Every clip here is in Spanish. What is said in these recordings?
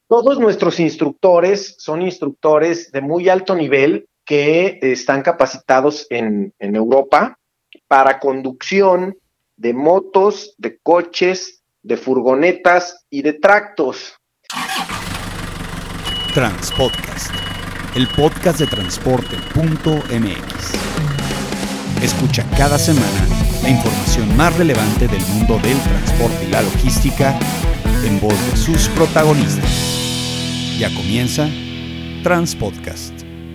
Todos nuestros instructores son instructores de muy alto nivel que están capacitados en Europa para conducción de motos, de coches, de furgonetas y de tractos. Transpodcast, el podcast de transporte.mx. Escucha cada semana la información más relevante del mundo del transporte y la logística en voz de sus protagonistas. Ya comienza Transpodcast.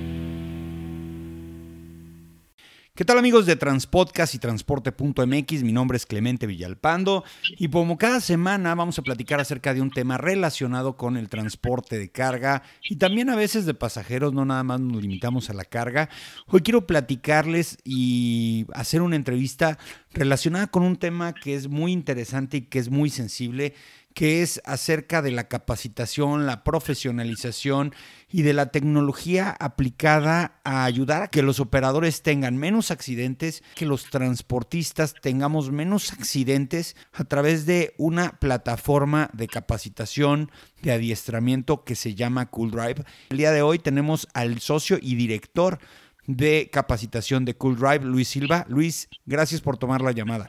¿Qué tal, amigos de Transpodcast y Transporte.mx? Mi nombre es Clemente Villalpando y como cada semana vamos a platicar acerca de un tema relacionado con el transporte de carga y también a veces de pasajeros, no nada más nos limitamos a la carga. Hoy quiero platicarles y hacer una entrevista relacionada con un tema que es muy interesante y que es muy sensible, que es acerca de la capacitación, la profesionalización y de la tecnología aplicada a ayudar a que los operadores tengan menos accidentes, que los transportistas tengamos menos accidentes a través de una plataforma de capacitación, de adiestramiento que se llama Cool Drive. El día de hoy tenemos al socio y director de capacitación de Cool Drive, Luis Silva. Luis, gracias por tomar la llamada.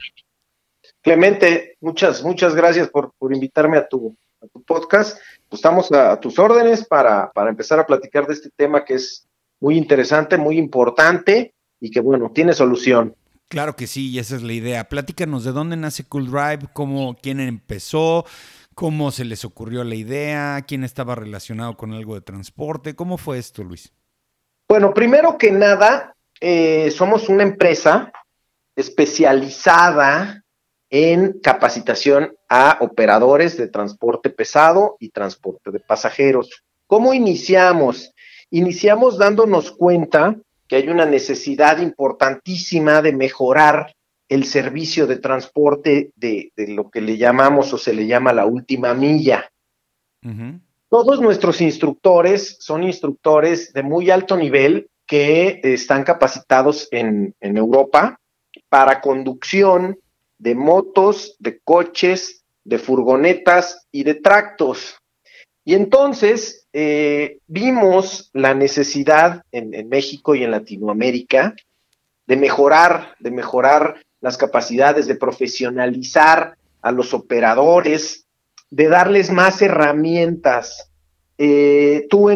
Clemente, muchas gracias por invitarme a tu podcast. Pues estamos a tus órdenes para empezar a platicar de este tema que es muy interesante, muy importante y que, bueno, tiene solución. Claro que sí, y esa es la idea. Platícanos de dónde nace Cool Drive, quién empezó, cómo se les ocurrió la idea, quién estaba relacionado con algo de transporte. ¿Cómo fue esto, Luis? Bueno, primero que nada, somos una empresa especializada en capacitación a operadores de transporte pesado y transporte de pasajeros. ¿Cómo iniciamos? Iniciamos dándonos cuenta que hay una necesidad importantísima de mejorar el servicio de transporte de lo que le llamamos o se le llama la última milla. Uh-huh. Todos nuestros instructores son instructores de muy alto nivel que están capacitados en Europa para conducción de motos, de coches, de furgonetas y de tractos. Y entonces vimos la necesidad en México y en Latinoamérica de mejorar las capacidades, de profesionalizar a los operadores, de darles más herramientas. Tú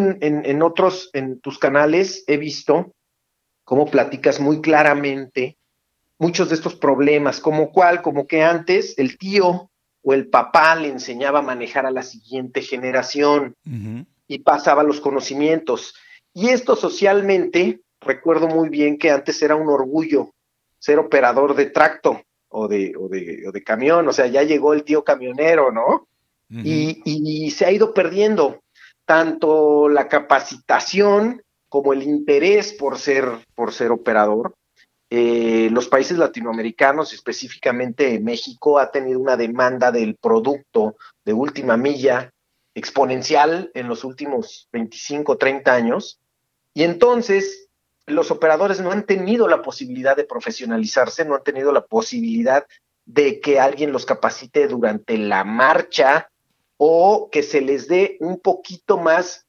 en tus canales he visto cómo platicas muy claramente muchos de estos problemas, como que antes el tío o el papá le enseñaba a manejar a la siguiente generación uh-huh. y pasaba los conocimientos. Y esto socialmente, recuerdo muy bien que antes era un orgullo ser operador de tracto o de camión, o sea, ya llegó el tío camionero, ¿no? Uh-huh. Y se ha ido perdiendo tanto la capacitación como el interés por ser operador. Los países latinoamericanos, específicamente México, ha tenido una demanda del producto de última milla exponencial en los últimos 25, 30 años, y entonces los operadores no han tenido la posibilidad de profesionalizarse, no han tenido la posibilidad de que alguien los capacite durante la marcha o que se les dé un poquito más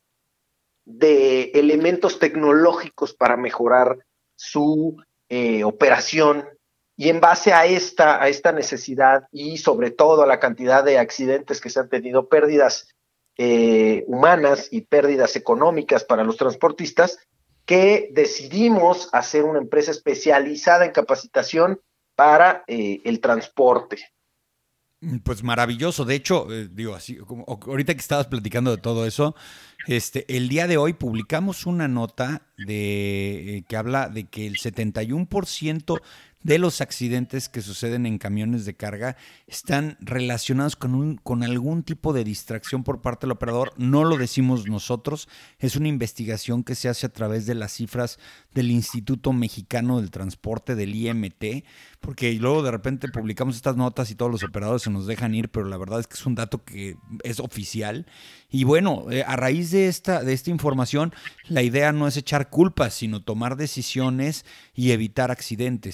de elementos tecnológicos para mejorar su operación, y en base a esta necesidad y sobre todo a la cantidad de accidentes que se han tenido, pérdidas humanas y pérdidas económicas para los transportistas, que decidimos hacer una empresa especializada en capacitación para el transporte. Pues maravilloso. De hecho, así como ahorita que estabas platicando de todo eso, el día de hoy publicamos una nota que habla de que el 71% de los accidentes que suceden en camiones de carga están relacionados con algún tipo de distracción por parte del operador. No lo decimos nosotros, es una investigación que se hace a través de las cifras del Instituto Mexicano del Transporte, del IMT, porque luego de repente publicamos estas notas y todos los operadores se nos dejan ir, pero la verdad es que es un dato que es oficial. Y bueno, a raíz de esta información, la idea no es echar culpas, sino tomar decisiones y evitar accidentes.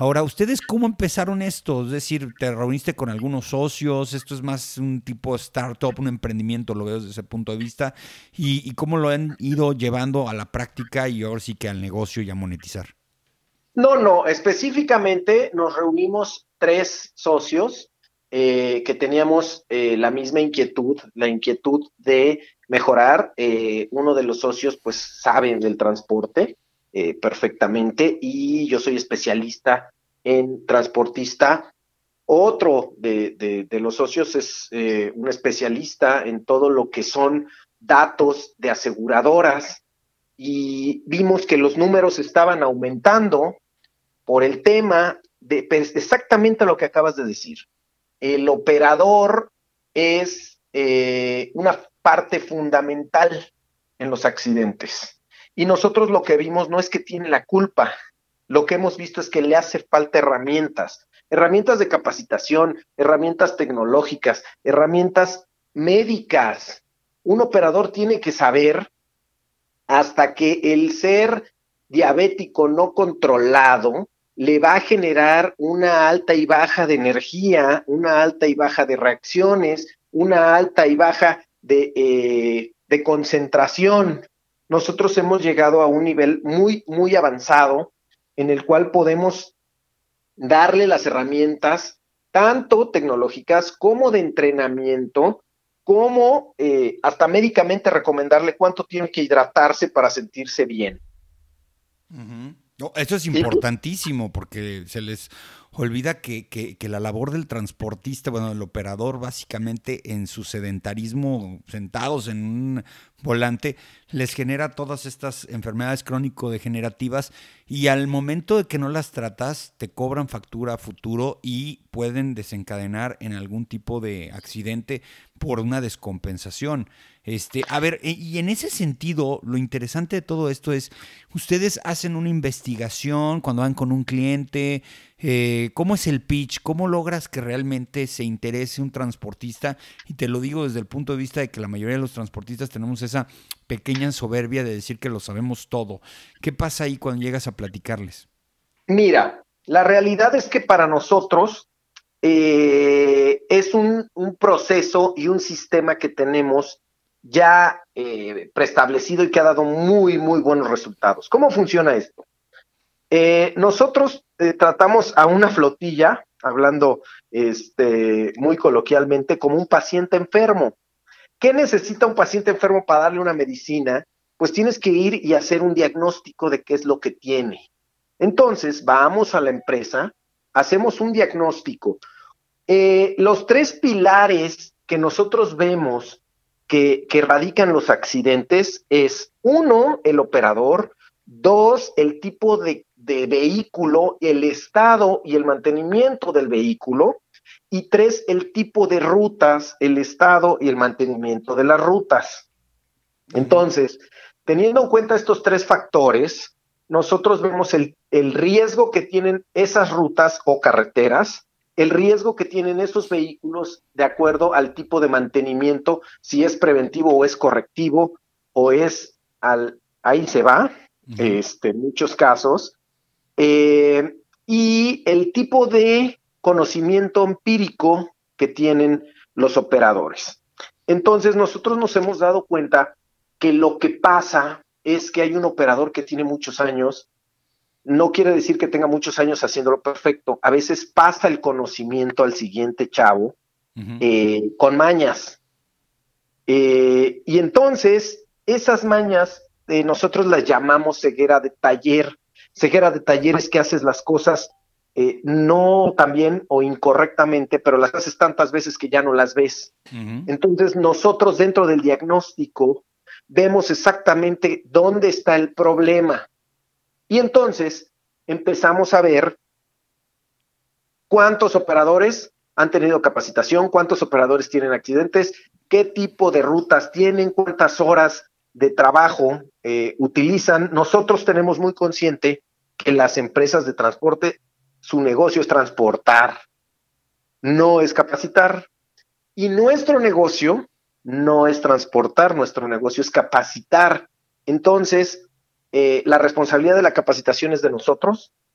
Ahora, ¿ustedes cómo empezaron esto? Es decir, ¿te reuniste con algunos socios? ¿Esto es más un tipo de startup, un emprendimiento, lo veo desde ese punto de vista? ¿Y cómo lo han ido llevando a la práctica y ahora sí que al negocio y a monetizar? No, no, específicamente nos reunimos tres socios que teníamos la misma inquietud, la inquietud de mejorar. Uno de los socios pues sabe del transporte perfectamente y yo soy especialista en transportista. Otro de los socios es un especialista en todo lo que son datos de aseguradoras y vimos que los números estaban aumentando por el tema de pues, exactamente lo que acabas de decir. El operador es una parte fundamental en los accidentes. Y nosotros lo que vimos no es que tiene la culpa, lo que hemos visto es que le hace falta herramientas, herramientas de capacitación, herramientas tecnológicas, herramientas médicas. Un operador tiene que saber hasta que el ser diabético no controlado le va a generar una alta y baja de energía, una alta y baja de reacciones, una alta y baja de concentración. Nosotros hemos llegado a un nivel muy, muy avanzado en el cual podemos darle las herramientas, tanto tecnológicas como de entrenamiento, como hasta médicamente recomendarle cuánto tiene que hidratarse para sentirse bien. Ujú. No, eso es ¿Sí? importantísimo porque se les olvida que la labor del transportista, bueno, del operador, básicamente en su sedentarismo, sentados en un volante, les genera todas estas enfermedades crónico-degenerativas y al momento de que no las tratas, te cobran factura a futuro y pueden desencadenar en algún tipo de accidente por una descompensación. A ver, y en ese sentido, lo interesante de todo esto es, ustedes hacen una investigación cuando van con un cliente, ¿cómo es el pitch? ¿Cómo logras que realmente se interese un transportista? Y te lo digo desde el punto de vista de que la mayoría de los transportistas tenemos esa pequeña soberbia de decir que lo sabemos todo. ¿Qué pasa ahí cuando llegas a platicarles? Mira, la realidad es que para nosotros es un proceso y un sistema que tenemos ya preestablecido y que ha dado muy, muy buenos resultados. ¿Cómo funciona esto? Nosotros tratamos a una flotilla, hablando muy coloquialmente, como un paciente enfermo. ¿Qué necesita un paciente enfermo para darle una medicina? Pues tienes que ir y hacer un diagnóstico de qué es lo que tiene. Entonces, vamos a la empresa, hacemos un diagnóstico. Los tres pilares que nosotros vemos que radican los accidentes es, uno, el operador, dos, el tipo de vehículo, el estado y el mantenimiento del vehículo, y tres, el tipo de rutas, el estado y el mantenimiento de las rutas. Ujú. Entonces, teniendo en cuenta estos tres factores, nosotros vemos el riesgo que tienen esas rutas o carreteras, el riesgo que tienen esos vehículos de acuerdo al tipo de mantenimiento, si es preventivo o es correctivo, o es ahí se va, Ujú. en muchos casos, eh, y el tipo de conocimiento empírico que tienen los operadores. Entonces, nosotros nos hemos dado cuenta que lo que pasa es que hay un operador que tiene muchos años, no quiere decir que tenga muchos años haciéndolo perfecto, a veces pasa el conocimiento al siguiente chavo Ujú. con mañas. Y entonces, esas mañas nosotros las llamamos ceguera de taller. Ceguera de taller es que haces las cosas no tan bien o incorrectamente, pero las haces tantas veces que ya no las ves. Ujú. Entonces, nosotros dentro del diagnóstico vemos exactamente dónde está el problema. Y entonces empezamos a ver cuántos operadores han tenido capacitación, cuántos operadores tienen accidentes, qué tipo de rutas tienen, cuántas horas de trabajo utilizan. Nosotros tenemos muy consciente que las empresas de transporte, su negocio es transportar, no es capacitar. Y nuestro negocio no es transportar, nuestro negocio es capacitar. Entonces, la responsabilidad de la capacitación es de nosotros,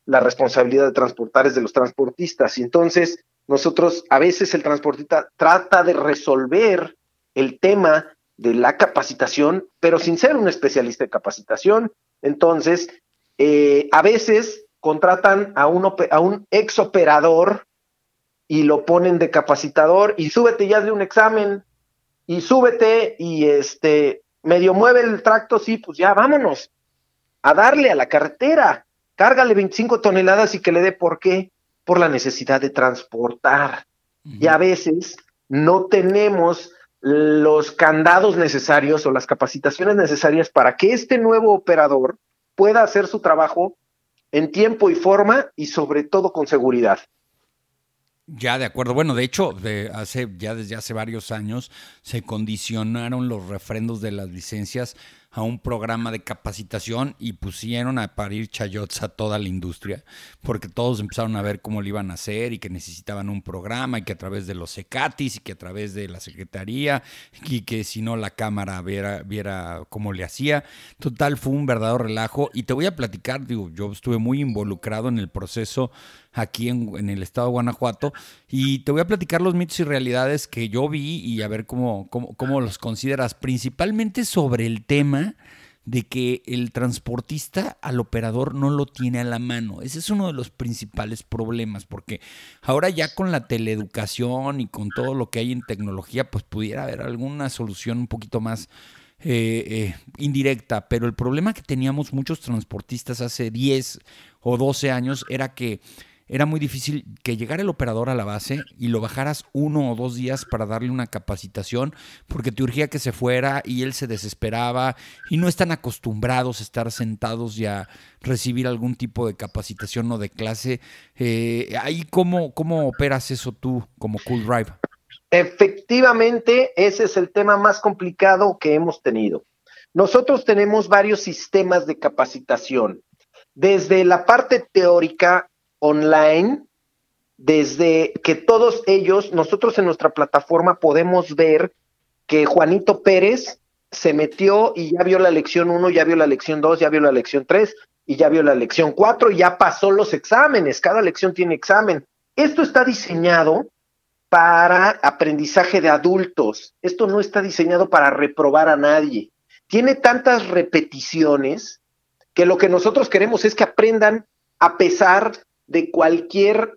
la responsabilidad de transportar es de los transportistas. Y entonces nosotros, a veces el transportista trata de resolver el tema de la capacitación, pero sin ser un especialista de capacitación. Entonces, a veces contratan a un ex operador y lo ponen de capacitador y súbete y hazle un examen y súbete y medio mueve el tracto, sí, pues ya vámonos a darle a la carretera, cárgale 25 toneladas y que le dé. ¿Por qué? Por la necesidad de transportar. Y a veces no tenemos los candados necesarios o las capacitaciones necesarias para que este nuevo operador pueda hacer su trabajo en tiempo y forma y sobre todo con seguridad. Ya, de acuerdo. Bueno, de hecho, desde hace varios años se condicionaron los refrendos de las licencias a un programa de capacitación y pusieron a parir chayotes a toda la industria, porque todos empezaron a ver cómo lo iban a hacer y que necesitaban un programa y que a través de los CECATIS y que a través de la Secretaría y que si no la Cámara viera cómo le hacía. Total, fue un verdadero relajo y te voy a platicar, digo, yo estuve muy involucrado en el proceso aquí en el estado de Guanajuato y te voy a platicar los mitos y realidades que yo vi y a ver cómo los consideras, principalmente sobre el tema de que el transportista al operador no lo tiene a la mano. Ese es uno de los principales problemas, porque ahora ya con la teleeducación y con todo lo que hay en tecnología, pues pudiera haber alguna solución un poquito más indirecta, pero el problema que teníamos muchos transportistas hace 10 o 12 años era que era muy difícil que llegara el operador a la base y lo bajaras 1 o 2 días para darle una capacitación porque te urgía que se fuera y él se desesperaba y no están acostumbrados a estar sentados y a recibir algún tipo de capacitación o de clase. Ahí, ¿cómo operas eso tú como Cool Drive? Efectivamente, ese es el tema más complicado que hemos tenido. Nosotros tenemos varios sistemas de capacitación, desde la parte teórica online, desde que todos ellos, nosotros en nuestra plataforma podemos ver que Juanito Pérez se metió y ya vio la lección 1, ya vio la lección 2, ya vio la lección 3 y ya vio la lección 4 y ya pasó los exámenes, cada lección tiene examen. Esto está diseñado para aprendizaje de adultos. Esto no está diseñado para reprobar a nadie. Tiene tantas repeticiones que lo que nosotros queremos es que aprendan a pesar de cualquier,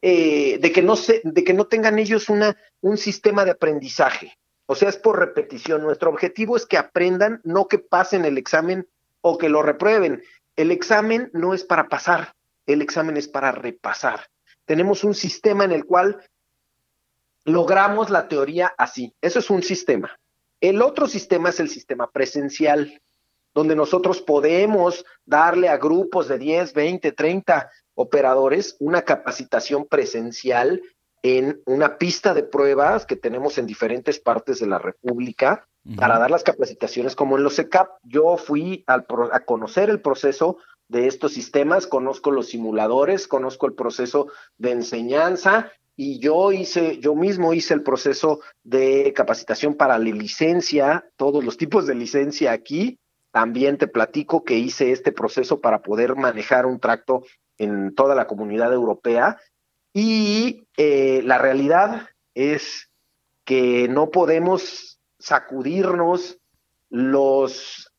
de que no tengan ellos un sistema de aprendizaje. O sea, es por repetición. Nuestro objetivo es que aprendan, no que pasen el examen o que lo reprueben. El examen no es para pasar, el examen es para repasar. Tenemos un sistema en el cual logramos la teoría así. Eso es un sistema. El otro sistema es el sistema presencial, donde nosotros podemos darle a grupos de 10, 20, 30 operadores una capacitación presencial en una pista de pruebas que tenemos en diferentes partes de la República para dar las capacitaciones como en los CECAP. Yo fui a conocer el proceso de estos sistemas, conozco los simuladores, conozco el proceso de enseñanza y yo mismo hice el proceso de capacitación para la licencia, todos los tipos de licencia aquí. También te platico que hice este proceso para poder manejar un tracto en toda la comunidad europea y la realidad es que no podemos sacudirnos los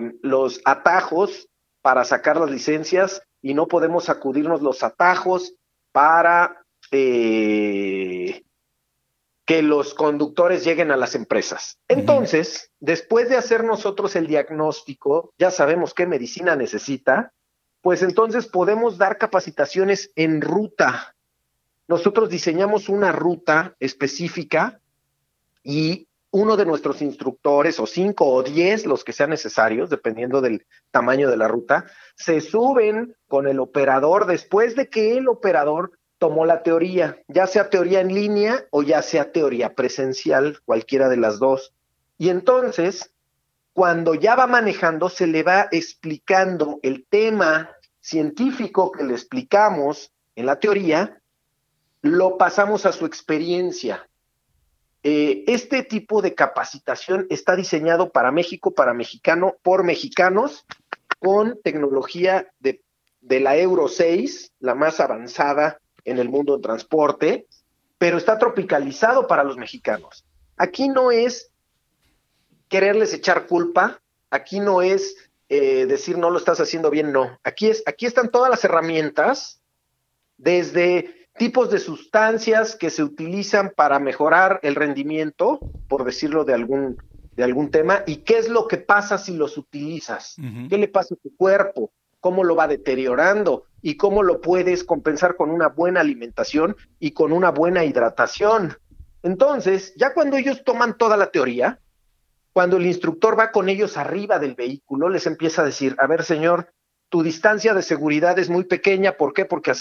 atajos para sacar las licencias y no podemos sacudirnos los atajos para que los conductores lleguen a las empresas. Entonces, después de hacer nosotros el diagnóstico, ya sabemos qué medicina necesita, pues entonces podemos dar capacitaciones en ruta. Nosotros diseñamos una ruta específica y uno de nuestros instructores, o 5 o 10, los que sean necesarios, dependiendo del tamaño de la ruta, se suben con el operador después de que el operador tomó la teoría, ya sea teoría en línea o ya sea teoría presencial, cualquiera de las dos. Y entonces, cuando ya va manejando, se le va explicando el tema científico que le explicamos en la teoría, lo pasamos a su experiencia. Este tipo de capacitación está diseñado para México, para mexicano, por mexicanos, con tecnología de de la Euro 6, la más avanzada en el mundo del transporte, pero está tropicalizado para los mexicanos. Aquí no es quererles echar culpa, aquí no es decir no lo estás haciendo bien, no. Aquí están todas las herramientas, desde tipos de sustancias que se utilizan para mejorar el rendimiento, por decirlo de algún tema, y qué es lo que pasa si los utilizas, qué le pasa a tu cuerpo, cómo lo va deteriorando y cómo lo puedes compensar con una buena alimentación y con una buena hidratación. Entonces, ya cuando ellos toman toda la teoría, cuando el instructor va con ellos arriba del vehículo, les empieza a decir, a ver, señor, tu distancia de seguridad es muy pequeña. ¿Por qué? Porque a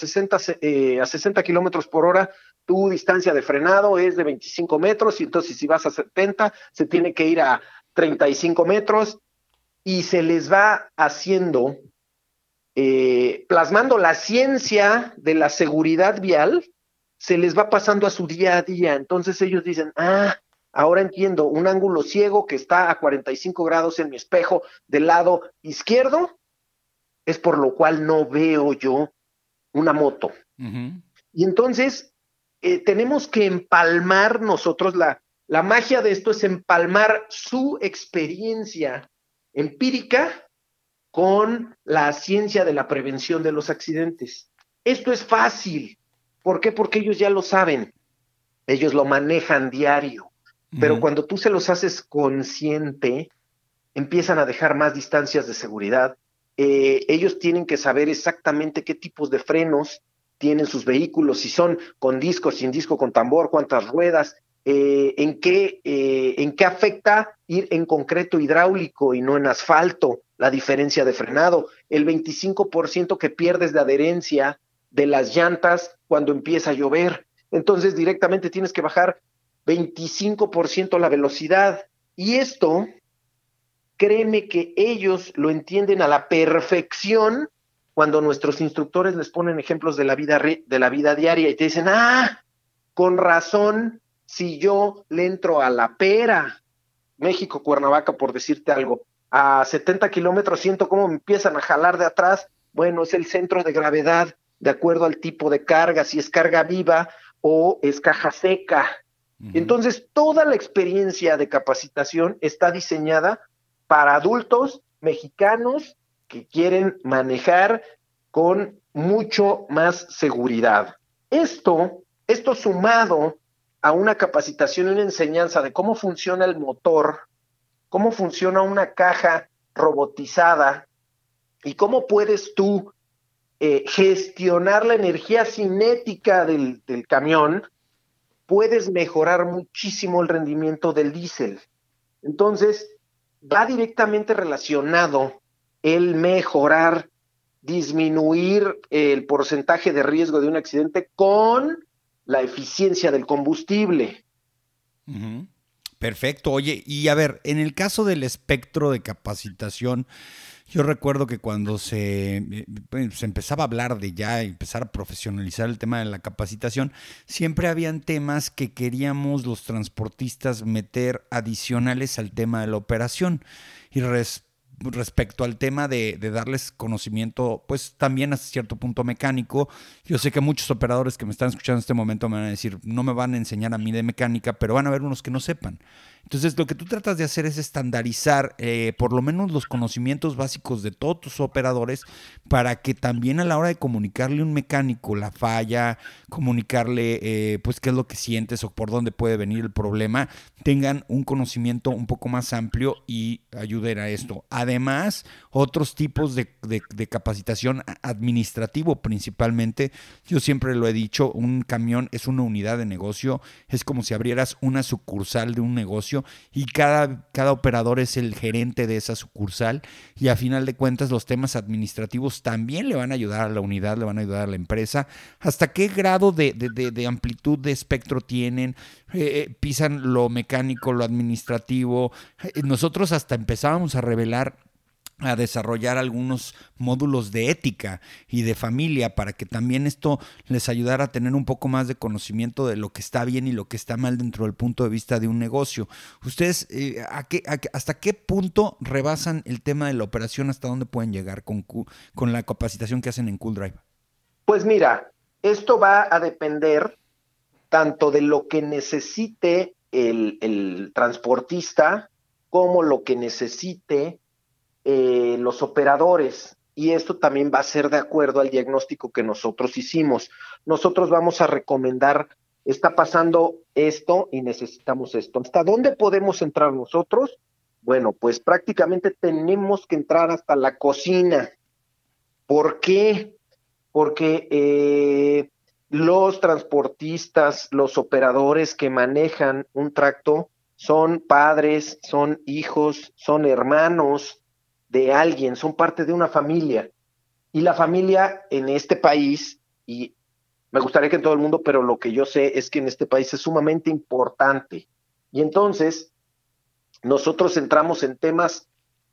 60 kilómetros por hora, tu distancia de frenado es de 25 metros, y entonces si vas a 70, se tiene que ir a 35 metros, y se les va haciendo, plasmando la ciencia de la seguridad vial, se les va pasando a su día a día. Entonces ellos dicen, ahora entiendo, un ángulo ciego que está a 45 grados en mi espejo del lado izquierdo, es por lo cual no veo yo una moto. Y entonces tenemos que empalmar nosotros, la magia de esto es empalmar su experiencia empírica con la ciencia de la prevención de los accidentes. Esto es fácil. ¿Por qué? Porque ellos ya lo saben. Ellos lo manejan diario. Pero cuando tú se los haces consciente, empiezan a dejar más distancias de seguridad. Ellos tienen que saber exactamente qué tipos de frenos tienen sus vehículos, si son con disco, sin disco, con tambor, cuántas ruedas, en qué afecta ir en concreto hidráulico y no en asfalto, la diferencia de frenado, el 25% que pierdes de adherencia de las llantas cuando empieza a llover. Entonces directamente tienes que bajar 25% la velocidad. Y esto, créeme que ellos lo entienden a la perfección cuando nuestros instructores les ponen ejemplos de la vida diaria y te dicen, con razón, si yo le entro a la Pera, México, Cuernavaca, por decirte algo, a 70 kilómetros, siento cómo me empiezan a jalar de atrás. Bueno, es el centro de gravedad, de acuerdo al tipo de carga, si es carga viva o es caja seca. Entonces, toda la experiencia de capacitación está diseñada para adultos mexicanos que quieren manejar con mucho más seguridad. Esto sumado a una capacitación y una enseñanza de cómo funciona el motor, cómo funciona una caja robotizada y cómo puedes tú gestionar la energía cinética del camión, puedes mejorar muchísimo el rendimiento del diésel. Entonces, va directamente relacionado el mejorar, disminuir el porcentaje de riesgo de un accidente con la eficiencia del combustible. Perfecto. Oye, y a ver, en el caso del espectro de capacitación, yo recuerdo que cuando se empezaba a hablar de ya empezar a profesionalizar el tema de la capacitación, siempre habían temas que queríamos los transportistas meter adicionales al tema de la operación. Y respecto al tema de darles conocimiento, pues también hasta cierto punto mecánico. Yo sé que muchos operadores que me están escuchando en este momento me van a decir, no me van a enseñar a mí de mecánica, pero van a haber unos que no sepan. Entonces, lo que tú tratas de hacer es estandarizar por lo menos los conocimientos básicos de todos tus operadores para que también a la hora de comunicarle a un mecánico la falla, comunicarle pues qué es lo que sientes o por dónde puede venir el problema, tengan un conocimiento un poco más amplio y ayuden a esto. Además, otros tipos de capacitación administrativo principalmente. Yo siempre lo he dicho, un camión es una unidad de negocio, es como si abrieras una sucursal de un negocio y cada operador es el gerente de esa sucursal, y a final de cuentas los temas administrativos también le van a ayudar a la unidad, le van a ayudar a la empresa. ¿Hasta qué grado de amplitud de espectro tienen? Pisan lo mecánico, lo administrativo. Nosotros hasta empezábamos a revelar a desarrollar algunos módulos de ética y de familia para que también esto les ayudara a tener un poco más de conocimiento de lo que está bien y lo que está mal dentro del punto de vista de un negocio. ¿Ustedes hasta qué punto rebasan el tema de la operación? ¿Hasta dónde pueden llegar con la capacitación que hacen en Cool Drive? Pues mira, esto va a depender tanto de lo que necesite el transportista como lo que necesite los operadores. Y esto también va a ser de acuerdo al diagnóstico que nosotros hicimos. Nosotros vamos a recomendar, está pasando esto y necesitamos esto. ¿Hasta dónde podemos entrar nosotros? Bueno, pues prácticamente tenemos que entrar hasta la cocina. ¿Por qué? Porque los transportistas, los operadores que manejan un tracto son padres, son hijos, son hermanos de alguien, son parte de una familia. Y la familia en este país, y me gustaría que en todo el mundo, pero lo que yo sé es que en este país es sumamente importante. Y entonces nosotros entramos en temas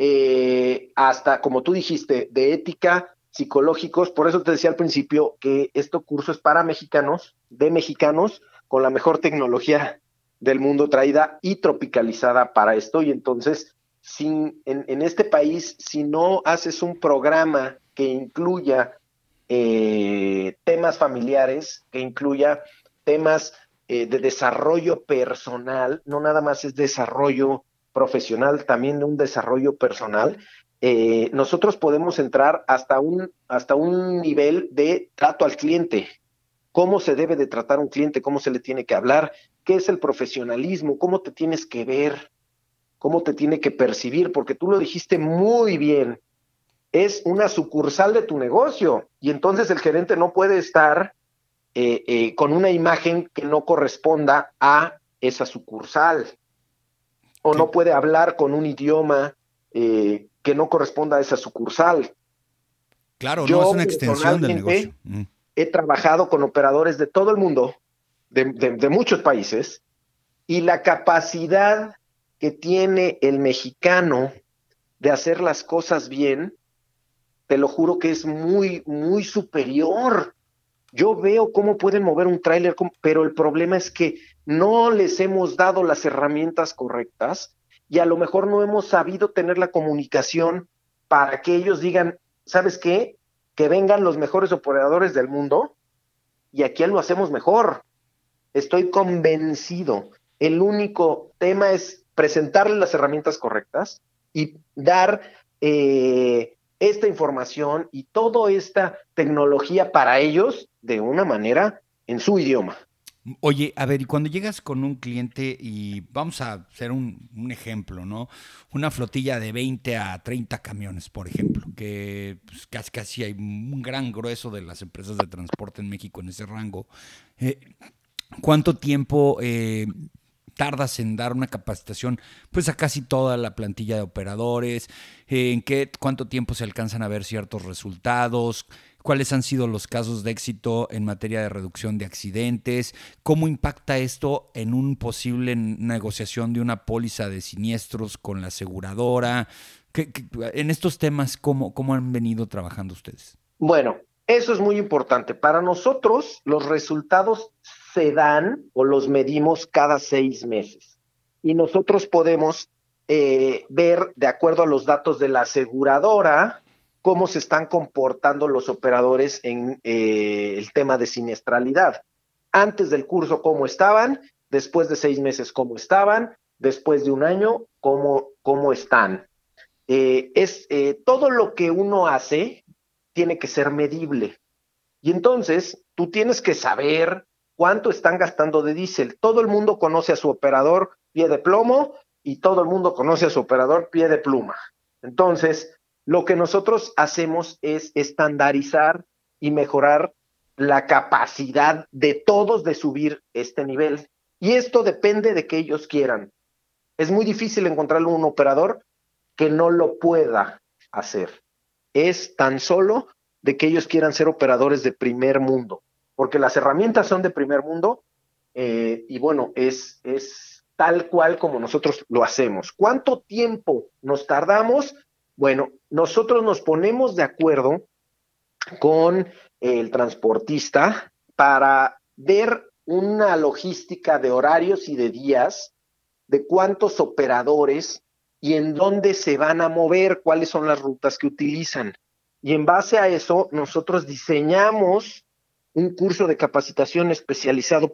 hasta, como tú dijiste, de ética, psicológicos. Por eso te decía al principio que este curso es para mexicanos, de mexicanos, con la mejor tecnología del mundo traída y tropicalizada para esto. Y entonces, en este país, si no haces un programa que incluya temas familiares, que incluya temas de desarrollo personal, no nada más es desarrollo profesional, también de un desarrollo personal, nosotros podemos entrar hasta un nivel de trato al cliente. ¿Cómo se debe de tratar un cliente? ¿Cómo se le tiene que hablar? ¿Qué es el profesionalismo? ¿Cómo te tienes que ver? ¿Cómo te tiene que percibir? Porque tú lo dijiste muy bien. Es una sucursal de tu negocio y entonces el gerente no puede estar con una imagen que no corresponda a esa sucursal o Sí. no puede hablar con un idioma que no corresponda a esa sucursal. Claro, no, es Yo una extensión del negocio. personalmente he trabajado con operadores de todo el mundo, de muchos países, y la capacidad que tiene el mexicano de hacer las cosas bien, te lo juro que es muy, muy superior. Yo veo cómo pueden mover un tráiler, pero el problema es que no les hemos dado las herramientas correctas y a lo mejor no hemos sabido tener la comunicación para que ellos digan, ¿sabes qué? Que vengan los mejores operadores del mundo y aquí lo hacemos mejor. Estoy convencido. El único tema es presentarles las herramientas correctas y dar esta información y toda esta tecnología para ellos de una manera en su idioma. Oye, a ver, y cuando llegas con un cliente y vamos a hacer un ejemplo, ¿no? Una flotilla de 20 a 30 camiones, por ejemplo, que pues, casi hay un gran grueso de las empresas de transporte en México en ese rango. Eh, ¿Cuánto tiempo tardas en dar una capacitación pues a casi toda la plantilla de operadores? ¿Cuánto tiempo se alcanzan a ver ciertos resultados? ¿Cuáles han sido los casos de éxito en materia de reducción de accidentes? ¿Cómo impacta esto en un posible negociación de una póliza de siniestros con la aseguradora? En estos temas, ¿cómo han venido trabajando ustedes? Bueno, eso es muy importante. Para nosotros, los resultados se dan o los medimos cada 6 meses. Y nosotros podemos ver, de acuerdo a los datos de la aseguradora, cómo se están comportando los operadores en el tema de siniestralidad. Antes del curso, cómo estaban, después de 6 meses, cómo estaban, después de un año, cómo están. Todo lo que uno hace tiene que ser medible. Y entonces tú tienes que saber cuánto están gastando de diésel. Todo el mundo conoce a su operador pie de plomo y todo el mundo conoce a su operador pie de pluma. Entonces, lo que nosotros hacemos es estandarizar y mejorar la capacidad de todos de subir este nivel. Y esto depende de que ellos quieran. Es muy difícil encontrar un operador que no lo pueda hacer. Es tan solo de que ellos quieran ser operadores de primer mundo, porque las herramientas son de primer mundo y bueno, es tal cual como nosotros lo hacemos. ¿Cuánto tiempo nos tardamos? Bueno, nosotros nos ponemos de acuerdo con el transportista para ver una logística de horarios y de días, de cuántos operadores y en dónde se van a mover, cuáles son las rutas que utilizan. Y en base a eso, nosotros diseñamos un curso de capacitación especializado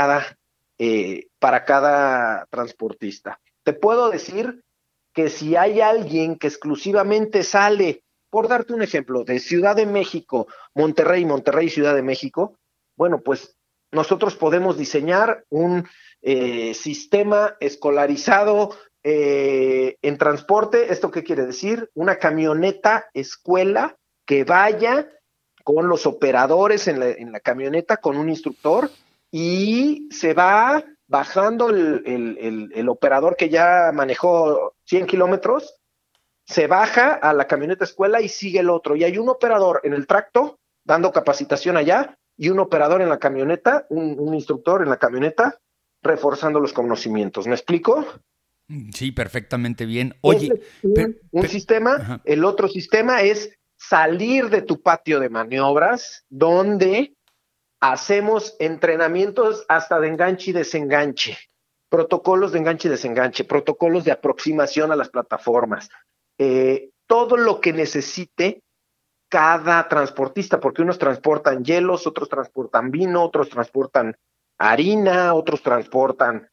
para cada transportista. Te puedo decir que si hay alguien que exclusivamente sale, por darte un ejemplo, de Ciudad de México, Monterrey, Monterrey, Ciudad de México, bueno, pues nosotros podemos diseñar un sistema escolarizado en transporte. ¿Esto qué quiere decir? Una camioneta escuela que vaya con los operadores en la camioneta, con un instructor, y se va bajando el operador que ya manejó 100 kilómetros, se baja a la camioneta escuela y sigue el otro. Y hay un operador en el tracto dando capacitación allá y un operador en la camioneta, un instructor en la camioneta, reforzando los conocimientos. ¿Me explico? Sí, perfectamente bien. Ese Oye, es un sistema. ajá. El otro sistema es salir de tu patio de maniobras, donde hacemos entrenamientos hasta de enganche y desenganche, protocolos de enganche y desenganche, protocolos de aproximación a las plataformas, todo lo que necesite cada transportista, porque unos transportan hielos, otros transportan vino, otros transportan harina, otros transportan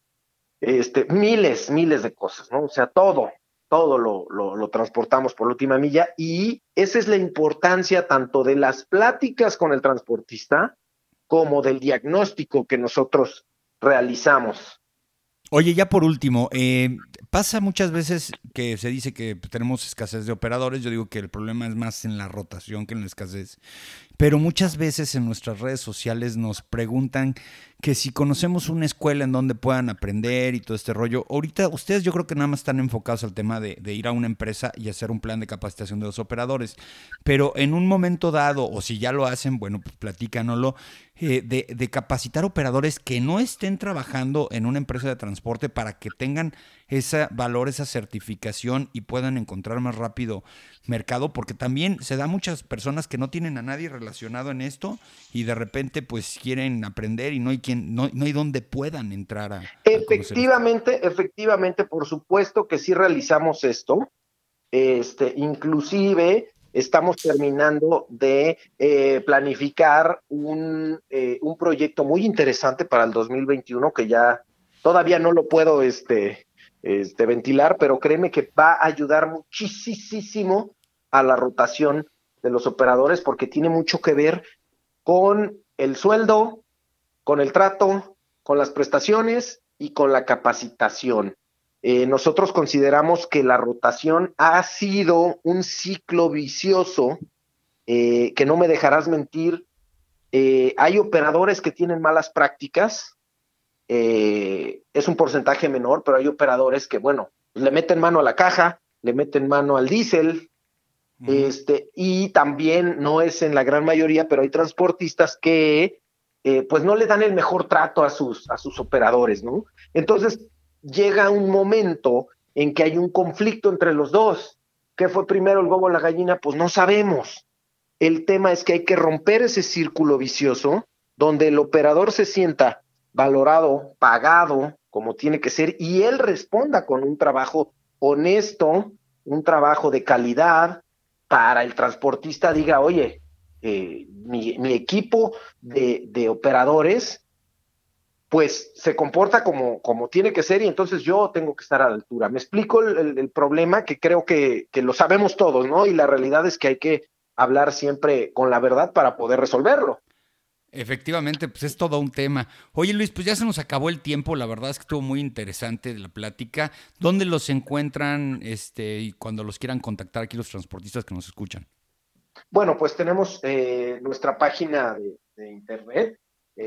miles de cosas, ¿no? O sea, todo lo transportamos por la última milla, y esa es la importancia tanto de las pláticas con el transportista como del diagnóstico que nosotros realizamos. Oye, ya por último, pasa muchas veces que se dice que tenemos escasez de operadores. Yo digo que el problema es más en la rotación que en la escasez. Pero muchas veces en nuestras redes sociales nos preguntan que si conocemos una escuela en donde puedan aprender y todo este rollo. Ahorita ustedes yo creo que nada más están enfocados al tema de ir a una empresa y hacer un plan de capacitación de los operadores. Pero en un momento dado, o si ya lo hacen, bueno, pues platícanoslo, de capacitar operadores que no estén trabajando en una empresa de transporte para que tengan ese valor, esa certificación y puedan encontrar más rápido mercado, porque también se da muchas personas que no tienen a nadie relacionado en esto y de repente pues quieren aprender y no hay quien, no hay donde puedan entrar a conocer esto. Efectivamente, por supuesto que sí realizamos esto. Inclusive estamos terminando de planificar un proyecto muy interesante para el 2021 que ya todavía no lo puedo ventilar, pero créeme que va a ayudar muchísimo a la rotación de los operadores, porque tiene mucho que ver con el sueldo, con el trato, con las prestaciones y con la capacitación. Nosotros consideramos que la rotación ha sido un ciclo vicioso, que no me dejarás mentir. Hay operadores que tienen malas prácticas, es un porcentaje menor, pero hay operadores que, bueno, le meten mano a la caja, le meten mano al diésel, Uh-huh. y también no es en la gran mayoría, pero hay transportistas que pues no le dan el mejor trato a sus operadores, ¿no? Entonces llega un momento en que hay un conflicto entre los dos. ¿Qué fue primero, el huevo o la gallina? Pues no sabemos. El tema es que hay que romper ese círculo vicioso donde el operador se sienta valorado, pagado como tiene que ser, y él responda con un trabajo honesto, un trabajo de calidad, para el transportista diga, oye, mi equipo de operadores pues se comporta como tiene que ser, y entonces yo tengo que estar a la altura. Me explico el problema, que creo que lo sabemos todos, ¿no? Y la realidad es que hay que hablar siempre con la verdad para poder resolverlo. Efectivamente, pues es todo un tema. Oye Luis, pues ya se nos acabó el tiempo, la verdad es que estuvo muy interesante la plática. ¿Dónde los encuentran y cuando los quieran contactar aquí los transportistas que nos escuchan? Bueno, pues tenemos nuestra página de internet,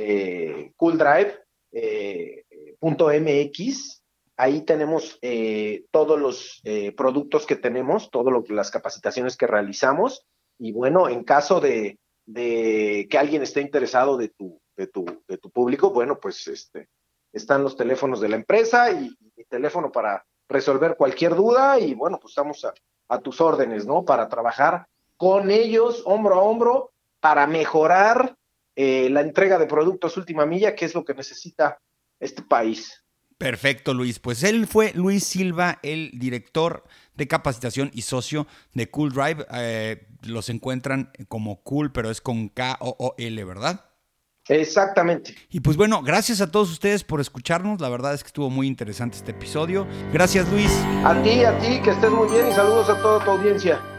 cooldrive.mx. Ahí tenemos todos los productos que tenemos, las capacitaciones que realizamos. Y bueno, en caso de que alguien esté interesado de tu público, bueno, pues están los teléfonos de la empresa y mi teléfono para resolver cualquier duda. Y bueno, pues estamos a tus órdenes, ¿no? Para trabajar con ellos hombro a hombro para mejorar la entrega de productos última milla, que es lo que necesita este país. Perfecto, Luis. Pues él fue Luis Silva, el director de capacitación y socio de Cool Drive. Los encuentran como Cool, pero es con K-O-O-L, ¿verdad? Exactamente. Y pues bueno, gracias a todos ustedes por escucharnos. La verdad es que estuvo muy interesante este episodio. Gracias, Luis. A ti, que estés muy bien y saludos a toda tu audiencia.